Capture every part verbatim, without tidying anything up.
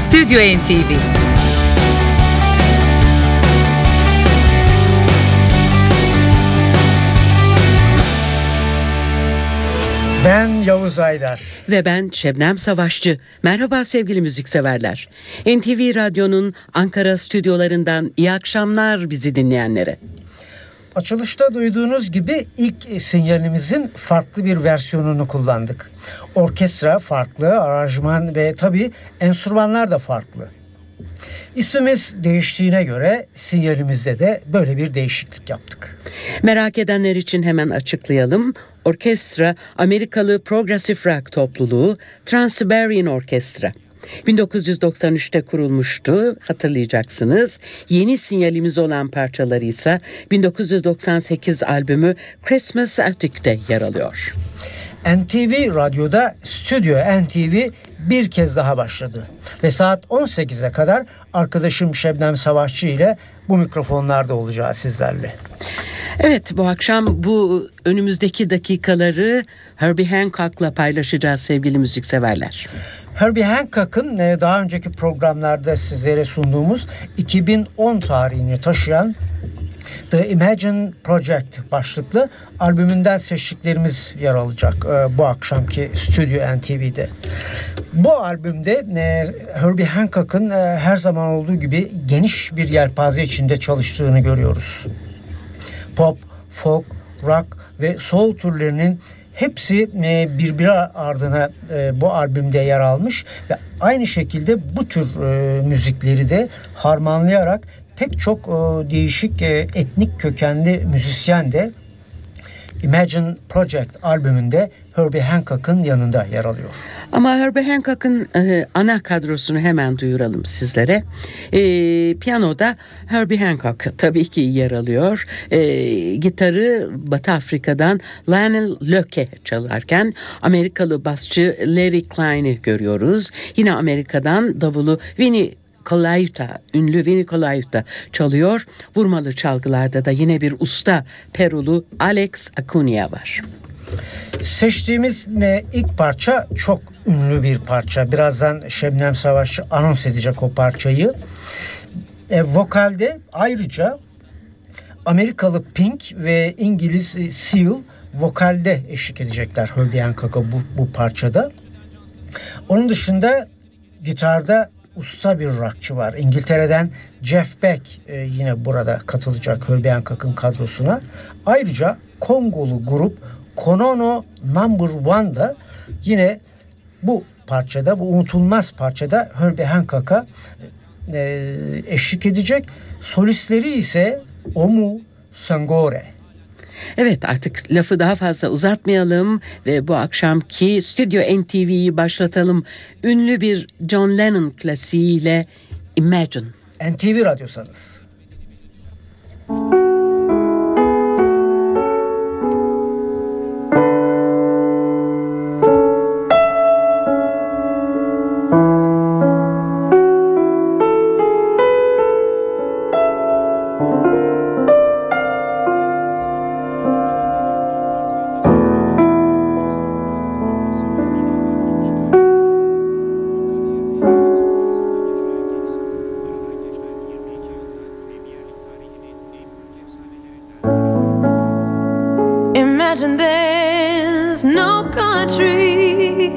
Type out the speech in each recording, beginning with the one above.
Stüdyo N T V. Ben Yavuz Aydar. Ve ben Şebnem Savaşçı. Merhaba sevgili müzikseverler. N T V Radyo'nun Ankara stüdyolarından iyi akşamlar bizi dinleyenlere. Açılışta duyduğunuz gibi ilk sinyalimizin farklı bir versiyonunu kullandık. Orkestra farklı, aranjman ve tabii enstrümanlar da farklı. İsmimiz değiştiğine göre sinyalimizde de böyle bir değişiklik yaptık. Merak edenler için hemen açıklayalım. Orkestra Amerikalı Progressive Rock topluluğu Trans-Siberian Orkestra. bin dokuz yüz doksan üçte kurulmuştu, hatırlayacaksınız. Yeni sinyalimiz olan parçaları ise bin dokuz yüz doksan sekiz albümü Christmas Attic'te yer alıyor. N T V Radyo'da Stüdyo N T V bir kez daha başladı. Ve saat on sekize kadar arkadaşım Şebnem Savaşçı ile bu mikrofonlarda olacağız sizlerle. Evet, bu akşam bu önümüzdeki dakikaları Herbie Hancock'la paylaşacağız sevgili müzikseverler. Herbie Hancock'ın daha önceki programlarda sizlere sunduğumuz iki bin on tarihini taşıyan The Imagine Project başlıklı albümünden seçtiklerimiz yer alacak bu akşamki Stüdyo N T V'de. Bu albümde Herbie Hancock'ın her zaman olduğu gibi geniş bir yelpaze içinde çalıştığını görüyoruz. Pop, folk, rock ve soul türlerinin hepsi birbiri ardına bu albümde yer almış ve aynı şekilde bu tür müzikleri de harmanlayarak pek çok değişik etnik kökenli müzisyen de Imagine Project albümünde Herbie Hancock'ın yanında yer alıyor. Ama Herbie Hancock'ın e, ana kadrosunu hemen duyuralım sizlere. E, piyanoda Herbie Hancock tabii ki yer alıyor. E, gitarı Batı Afrika'dan Lionel Löke çalarken Amerikalı basçı Larry Klein'i görüyoruz. Yine Amerika'dan davulu Vinnie Colaiuta, ünlü Vinnie Colaiuta çalıyor. Vurmalı çalgılarda da yine bir usta Perulu Alex Acuna var. Seçtiğimiz ilk parça çok ünlü bir parça. Birazdan Şebnem Savaşçı anons edecek o parçayı. E, vokalde ayrıca Amerikalı Pink ve İngiliz Seal vokalde eşlik edecekler Herbie Hancock'a bu, bu parçada. Onun dışında gitarda usta bir rockçı var. İngiltere'den Jeff Beck e, yine burada katılacak Herbie Hancock'ın kadrosuna. Ayrıca Kongolu grup Konono Number One da yine bu parçada, bu unutulmaz parçada Herbie Hancock'a e, eşlik edecek. Solistleri ise Omu Sangore. Evet, artık lafı daha fazla uzatmayalım ve bu akşamki Stüdyo N T V'yi başlatalım. Ünlü bir John Lennon klasiğiyle Imagine. N T V radyosanız. Imagine there's no countries.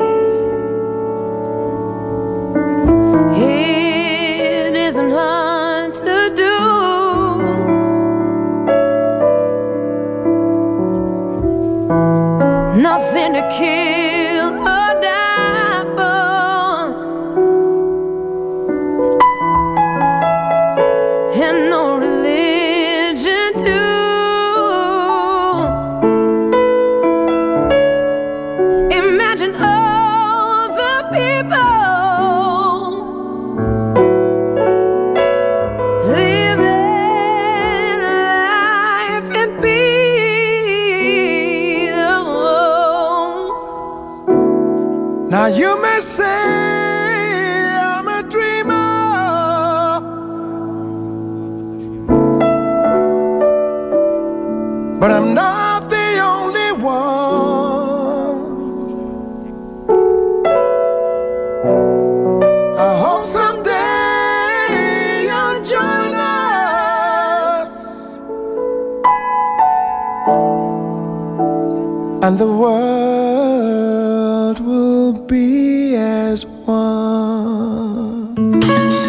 It isn't hard to do. Nothing to kill or die for, and no religion too. Imagine all the people living life in peace. Now you may say I'm a dreamer, but I'm not the only one. I hope someday as one.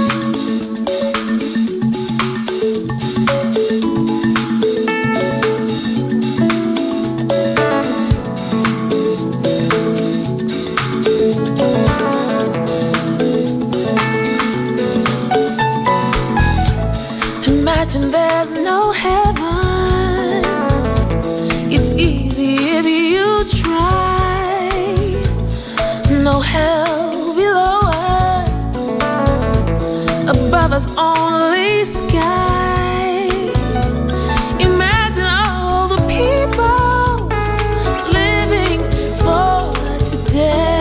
Imagine there's no heaven. It's easy if you try. No hell below us, above us only sky. Imagine all the people living for today.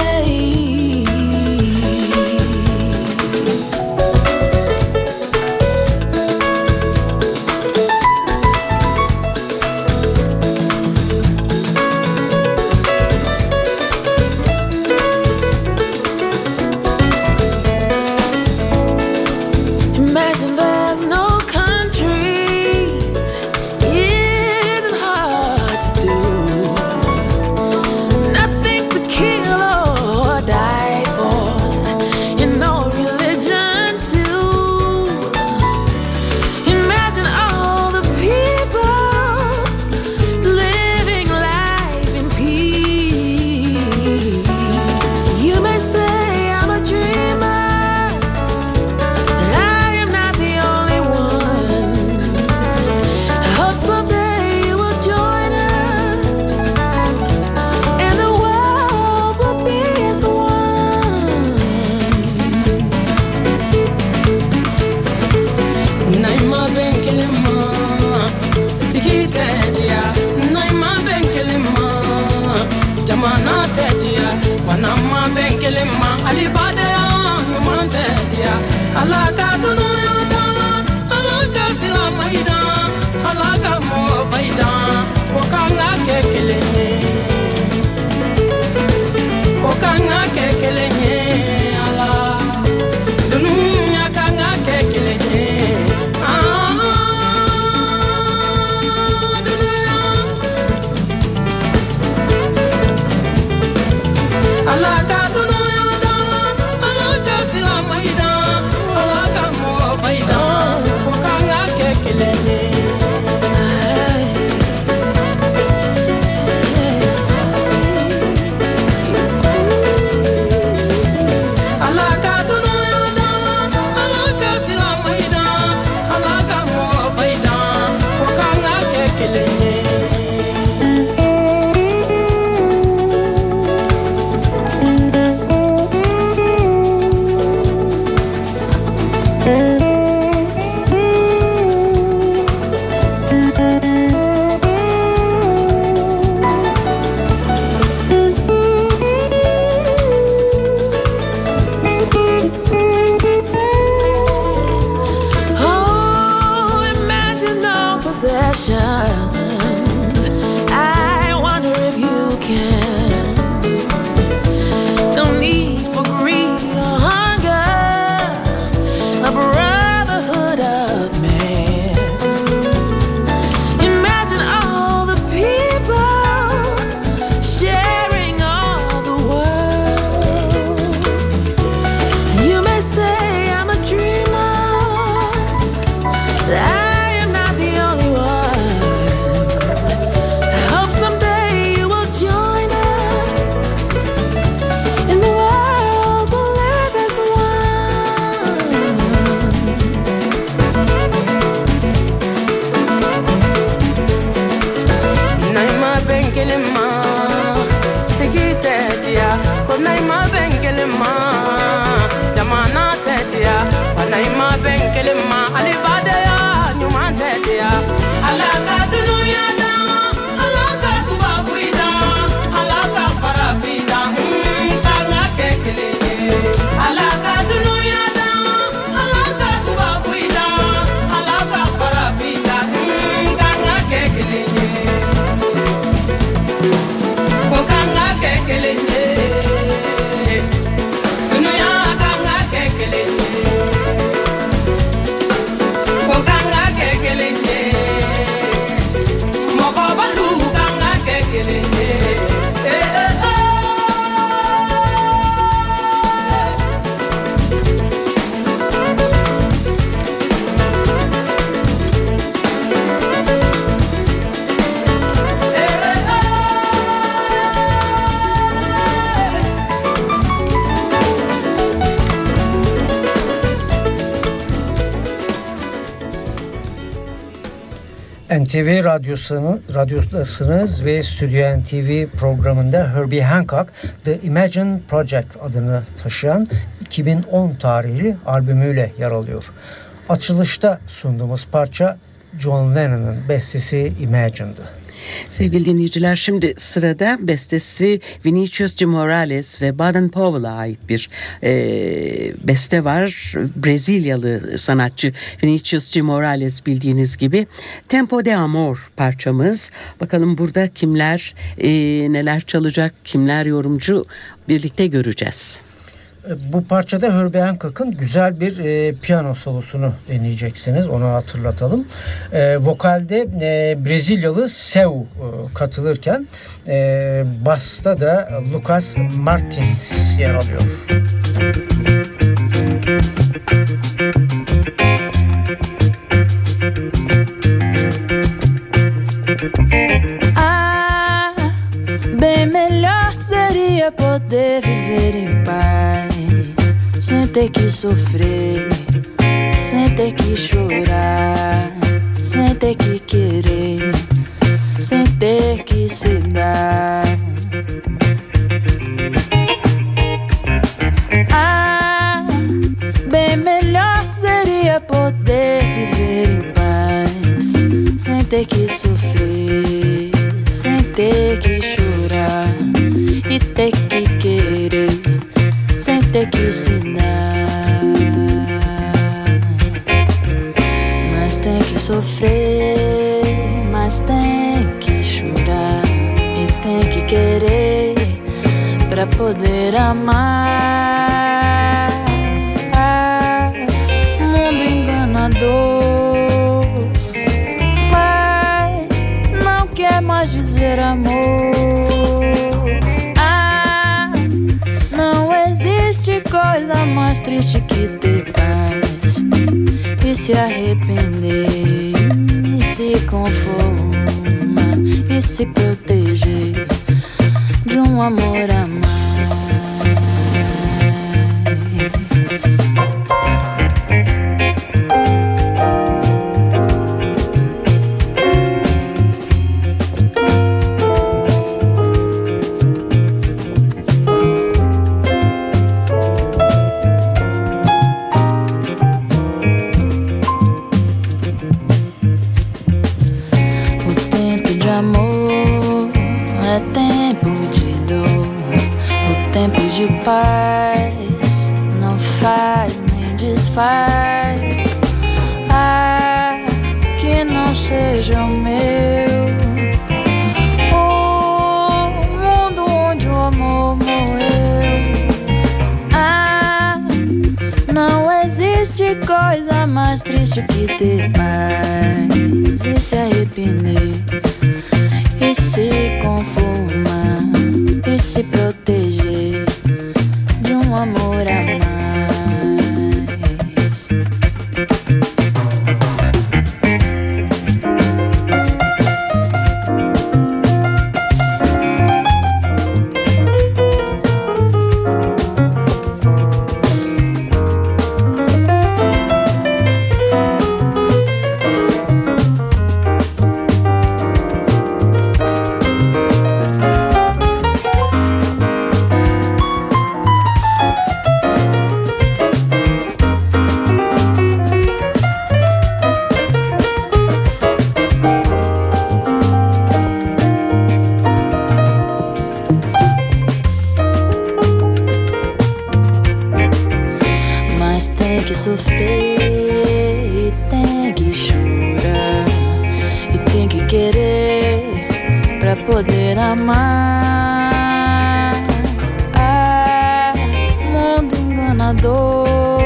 Imagine there's no N T V radyosunu, radyodasınız ve Stüdyo N T V programında Herbie Hancock The Imagine Project adını taşıyan iki bin on tarihli albümüyle yer alıyor. Açılışta sunduğumuz parça John Lennon'ın bestesi Imagine'dı. Sevgili dinleyiciler, şimdi sırada bestesi Vinicius de Moraes ve Baden Powell'a ait bir e, beste var. Brezilyalı sanatçı Vinicius de Moraes, bildiğiniz gibi. Tempo de Amor parçamız. Bakalım burada kimler e, neler çalacak, kimler yorumcu, birlikte göreceğiz. Bu parçada Herbie Hancock'ın güzel bir e, piyano solosunu dinleyeceksiniz. Onu hatırlatalım. E, vokalde e, Brezilyalı Seu e, katılırken e, basta da Lucas Martins yer alıyor. Ah, bem melhor seria poder viver em paz, sem ter que sofrer, sem ter que chorar, sem ter que querer, sem ter que se dar. Ah, bem melhor seria poder viver em paz, sem ter que sofrer, sem ter que chorar e ter que querer, sem ter que se dar. Mas tem que sofrer, mas tem que chorar e tem que querer pra poder amar. Ah, mundo enganador, mas não quer mais dizer amor. Ah, não existe coisa mais triste que ter paz e se arrepender, e se conformar e se proteger de um amor a mais. Paz não faz nem desfaz. Ah, que não seja o meu o mundo onde o amor morreu. Ah, não existe coisa mais triste que ter paz e se arrepender e se conformar e se proteger de um amor a mais. Sofrer e tem que chorar e tem que querer pra poder amar. Ah, mundo enganador,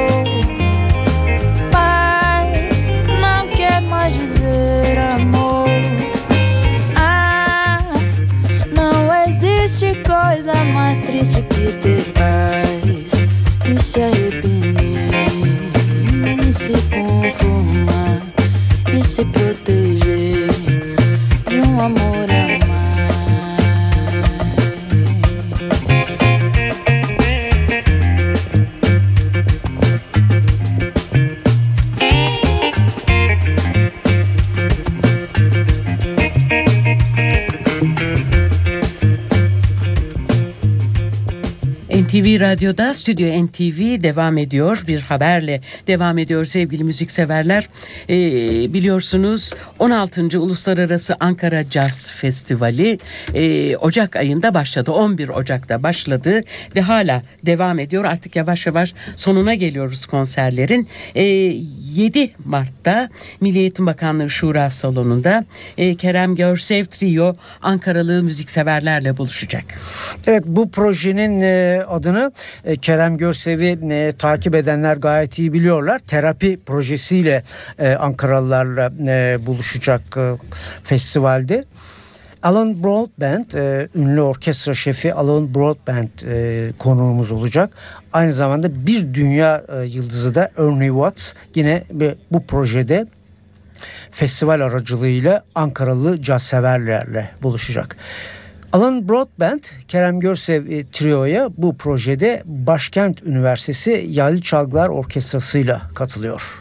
paz não quer mais dizer amor. Ah, não existe coisa mais triste que ter paz e se arrepender, se conformar e se proteger de um amor a mais. bir Radyo'da Stüdyo N T V devam ediyor. Bir haberle devam ediyor sevgili müzikseverler. Ee, biliyorsunuz on altıncı Uluslararası Ankara Jazz Festivali e, Ocak ayında başladı. on bir Ocak'ta başladı ve hala devam ediyor. Artık yavaş yavaş sonuna geliyoruz konserlerin. E, yedi Mart'ta Milli Eğitim Bakanlığı Şura Salonu'nda e, Kerem Görsev Trio Ankaralı müzikseverlerle buluşacak. Evet, bu projenin e, adını e, Kerem Görsev'i e, takip edenler gayet iyi biliyorlar. Terapi projesiyle e, Ankaralılarla e, buluşacak e, festivalde. Alan Broadbent, e, ünlü orkestra şefi Alan Broadbent e, konuğumuz olacak. Aynı zamanda bir dünya e, yıldızı da Ernie Watts yine bu projede festival aracılığıyla Ankaralı caz severlerle buluşacak. Alan Broadbent, Kerem Görsev e, Trio'ya bu projede Başkent Üniversitesi Yaylı Çalgılar Orkestrası'yla katılıyor.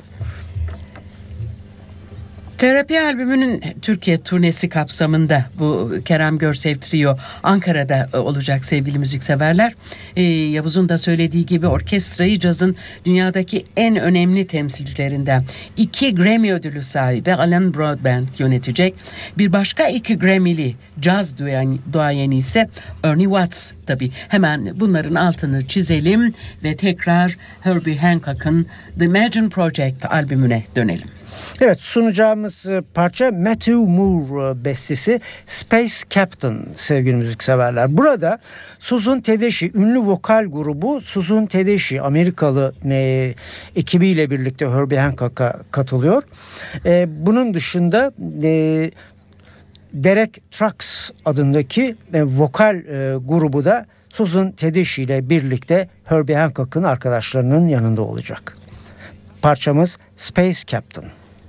Terapi albümünün Türkiye turnesi kapsamında bu Kerem Görsev Trio Ankara'da olacak sevgili müzikseverler. Ee, Yavuz'un da söylediği gibi orkestrayı cazın dünyadaki en önemli temsilcilerinden iki Grammy ödülü sahibi Alan Broadbent yönetecek. Bir başka iki Grammy'li caz duayen, duayeni ise Ernie Watts tabii. Hemen bunların altını çizelim ve tekrar Herbie Hancock'ın The Imagine Project albümüne dönelim. Evet, sunacağımız parça Matthew Moore bestesi Space Captain sevgili müzikseverler. Burada Susan Tedeschi, ünlü vokal grubu Susan Tedeschi Amerikalı e, ekibiyle birlikte Herbie Hancock'a katılıyor. E, bunun dışında e, Derek Trucks adındaki e, vokal e, grubu da Susan Tedeschi ile birlikte Herbie Hancock'ın arkadaşlarının yanında olacak. Parçamız Space Captain.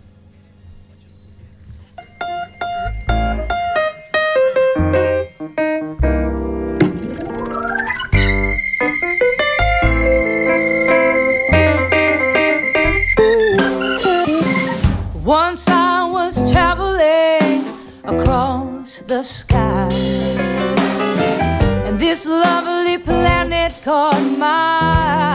Once I was traveling across the sky, and this lovely planet caught my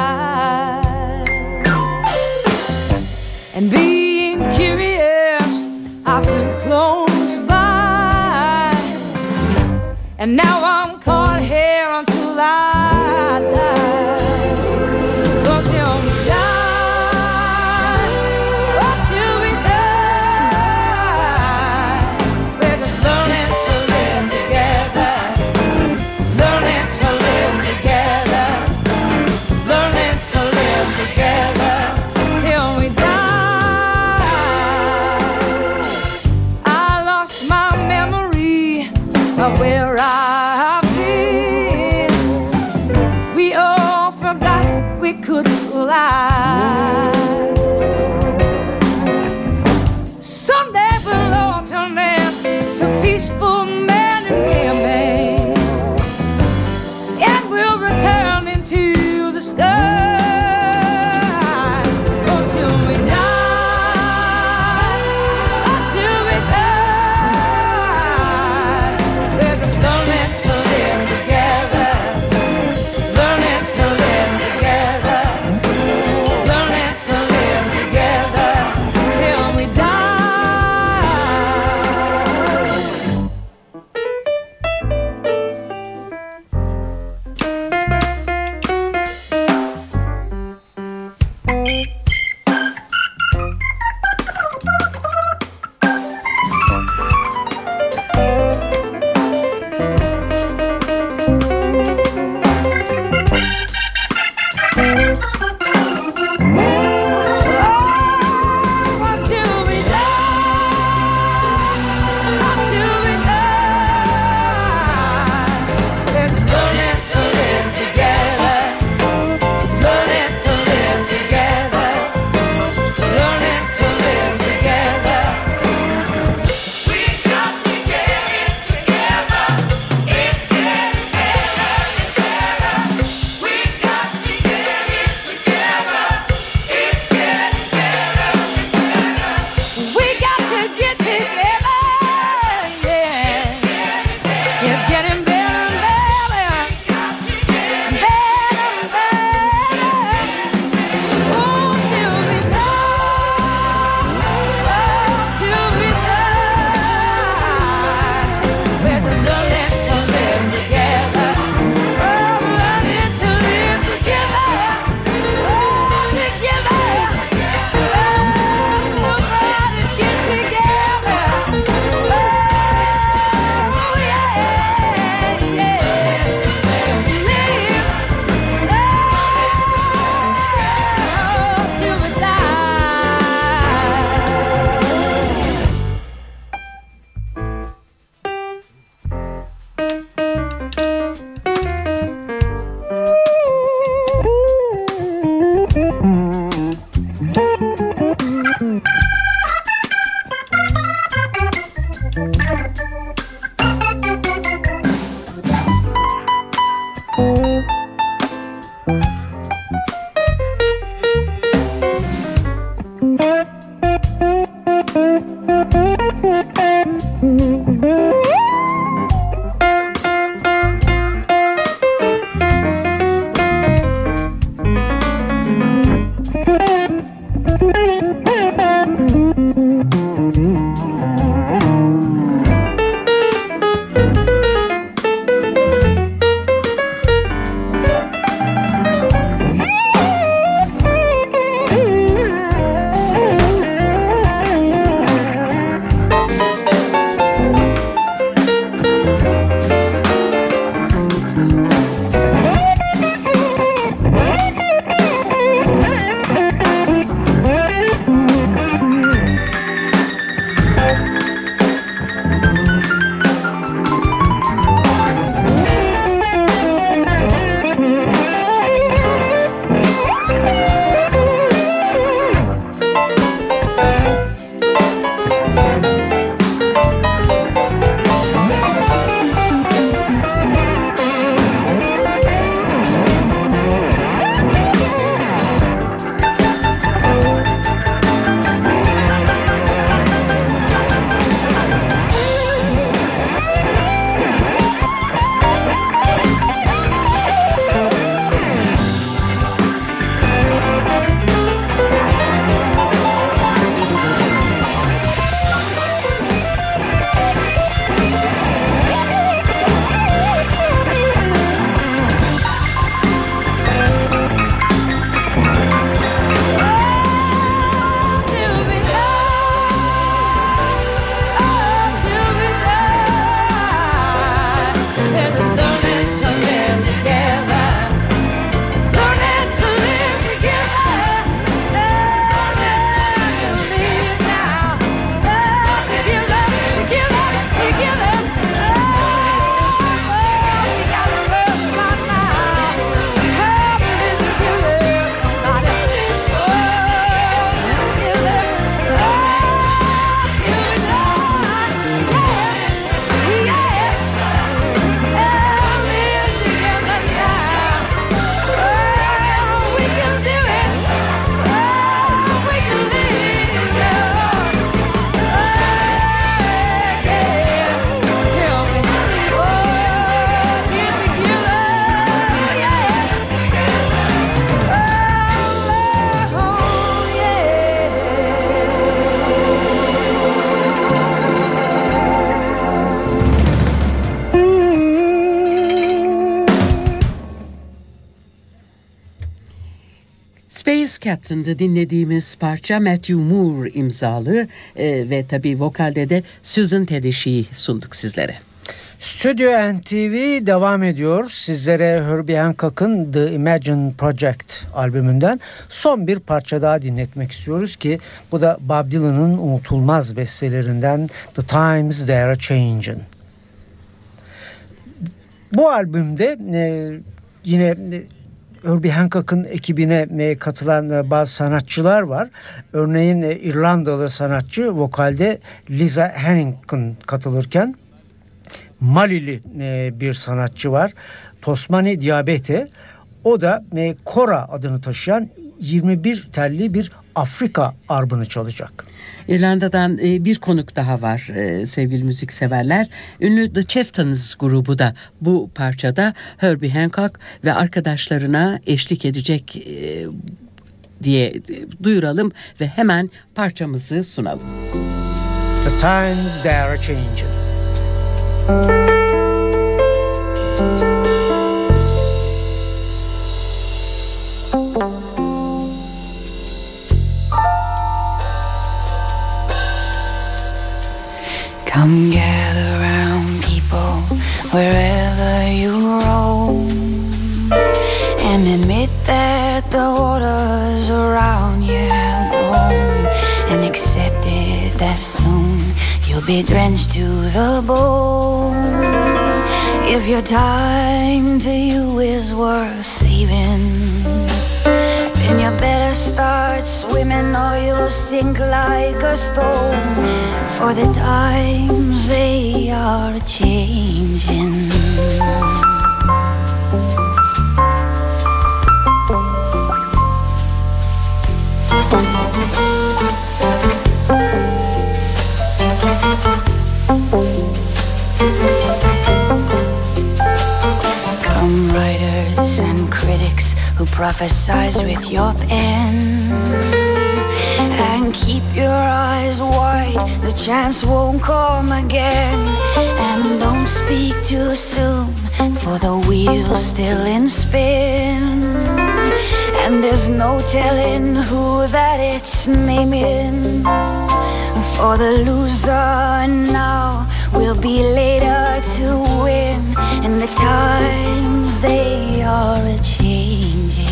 eye. And being curious, I flew close by, and now I'm caught here until I die. Don't tell me die, until we die. We're just learning to live together, learning to live together, learning to live together till we die. Of where I've been, we all forgot we could fly. Space Captain'da dinlediğimiz parça Matthew Moore imzalı e, ve tabii vokalde de Susan Tedeschi'yi sunduk sizlere. Stüdyo N T V devam ediyor. Sizlere Herbie Hancock'ın The Imagine Project albümünden son bir parça daha dinletmek istiyoruz ki bu da Bob Dylan'ın unutulmaz bestelerinden The Times They Are Changing. Bu albümde e, yine e, Herbie Hancock'ın ekibine e, katılan e, bazı sanatçılar var. Örneğin e, İrlandalı sanatçı vokalde Liza Hennigan katılırken Malili e, bir sanatçı var. Tosmani Diabete. O da e, Kora adını taşıyan yirmi bir telli bir Afrika arbını çalacak. İrlanda'dan e, bir konuk daha var e, sevgili müzikseverler. Ünlü The Chieftains grubu da bu parçada Herbie Hancock ve arkadaşlarına eşlik edecek e, diye e, duyuralım ve hemen parçamızı sunalım. The times they are changing. Come gather round, people, wherever you roam, and admit that the waters around you have grown, and accept it that soon you'll be drenched to the bone. If your time to you is worth saving, then you better sink like a stone, for the times they are changing. Come writers and critics who prophesize with your pen, and keep your eyes wide, the chance won't come again. And don't speak too soon, for the wheel's still in spin, and there's no telling who that it's naming. For the loser now will be later to win, and the times they are a-changing.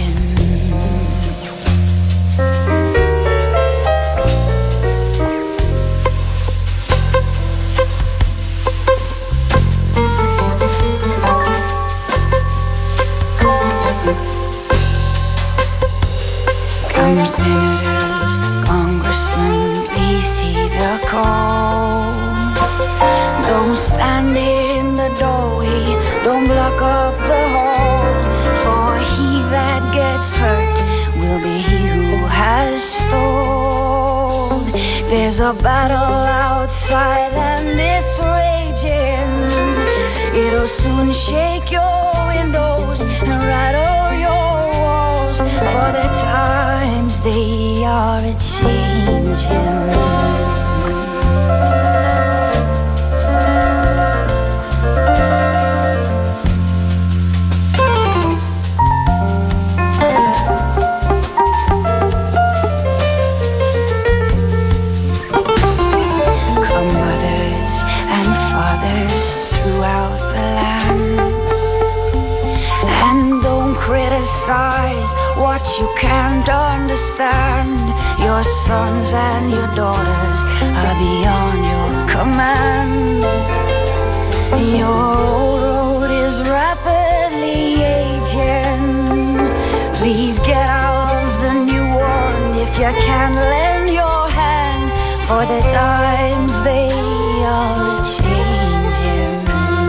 Come senators, congressmen, please heed the call. Don't stand in the doorway, don't block up the hall, for he that gets hurt will be he who has stalled. There's a battle outside and it's raging. It'll soon shake your windows and rattle your walls, for the times they are a-changing. Criticize what you can't understand. Your sons and your daughters are beyond your command. Your old road is rapidly aging. Please get out of the new one if you can lend your hand, for the times they are changing.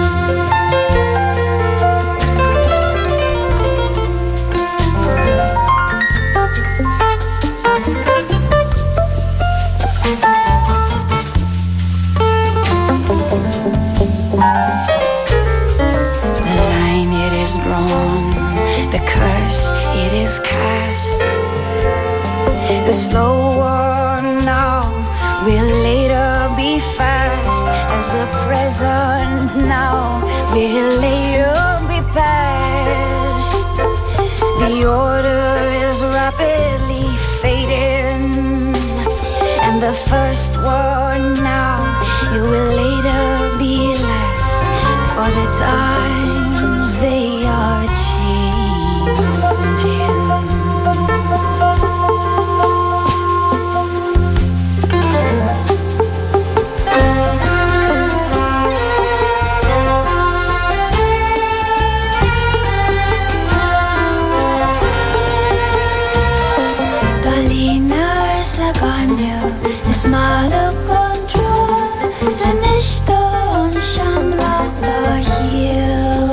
The curse, it is cast. The slow one now will later be fast, as the present now will later be past. The order is rapidly fading, and the first one now, it will later be last, for the times they are changing. Dolina Saganya is malo control, Sinishto on Shamrata here.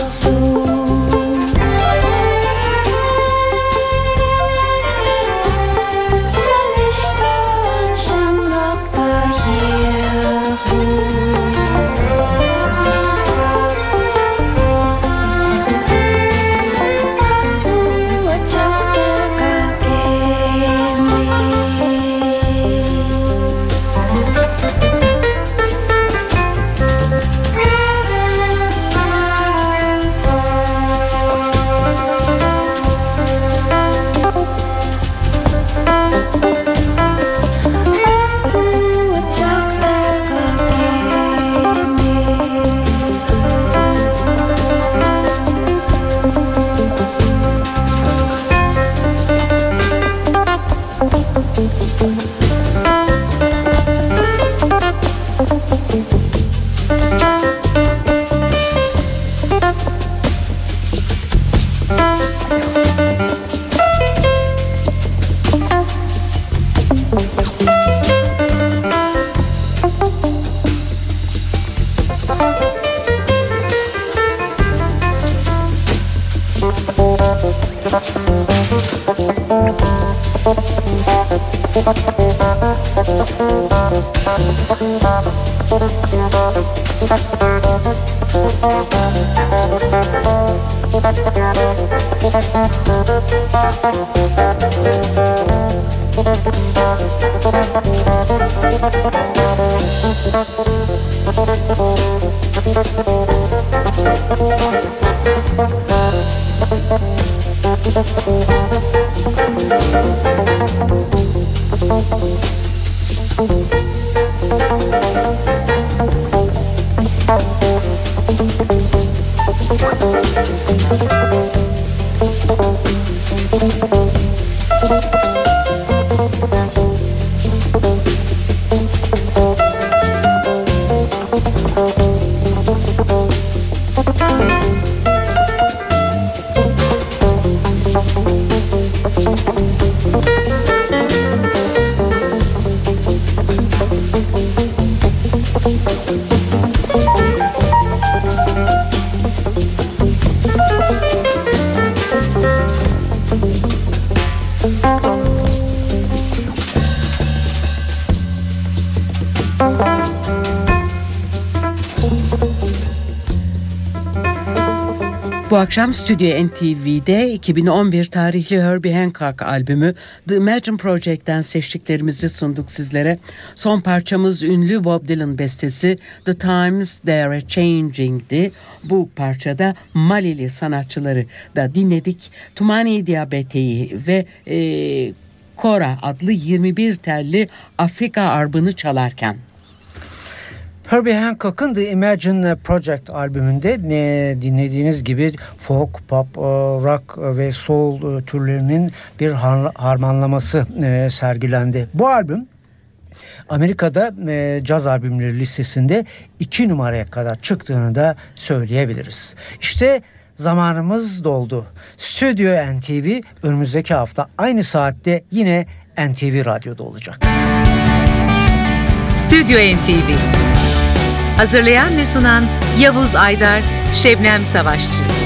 Bu akşam Stüdyo N T V'de iki bin on bir tarihli Herbie Hancock albümü The Imagine Project'ten seçtiklerimizi sunduk sizlere. Son parçamız ünlü Bob Dylan bestesi The Times They Are Changing'di. Bu parçada Malili sanatçıları da dinledik. Tumani Diabete'yi ve e, Kora adlı yirmi bir telli Afrika arbını çalarken. Herbie Hancock'ın The Imagine Project albümünde ne dinlediğiniz gibi folk, pop, rock ve soul türlerinin bir harmanlaması sergilendi. Bu albüm Amerika'da caz albümleri listesinde iki numaraya kadar çıktığını da söyleyebiliriz. İşte zamanımız doldu. Stüdyo N T V önümüzdeki hafta aynı saatte yine N T V Radyo'da olacak. Stüdyo N T V. Hazırlayan ve sunan Yavuz Aydar, Şebnem Savaşçı.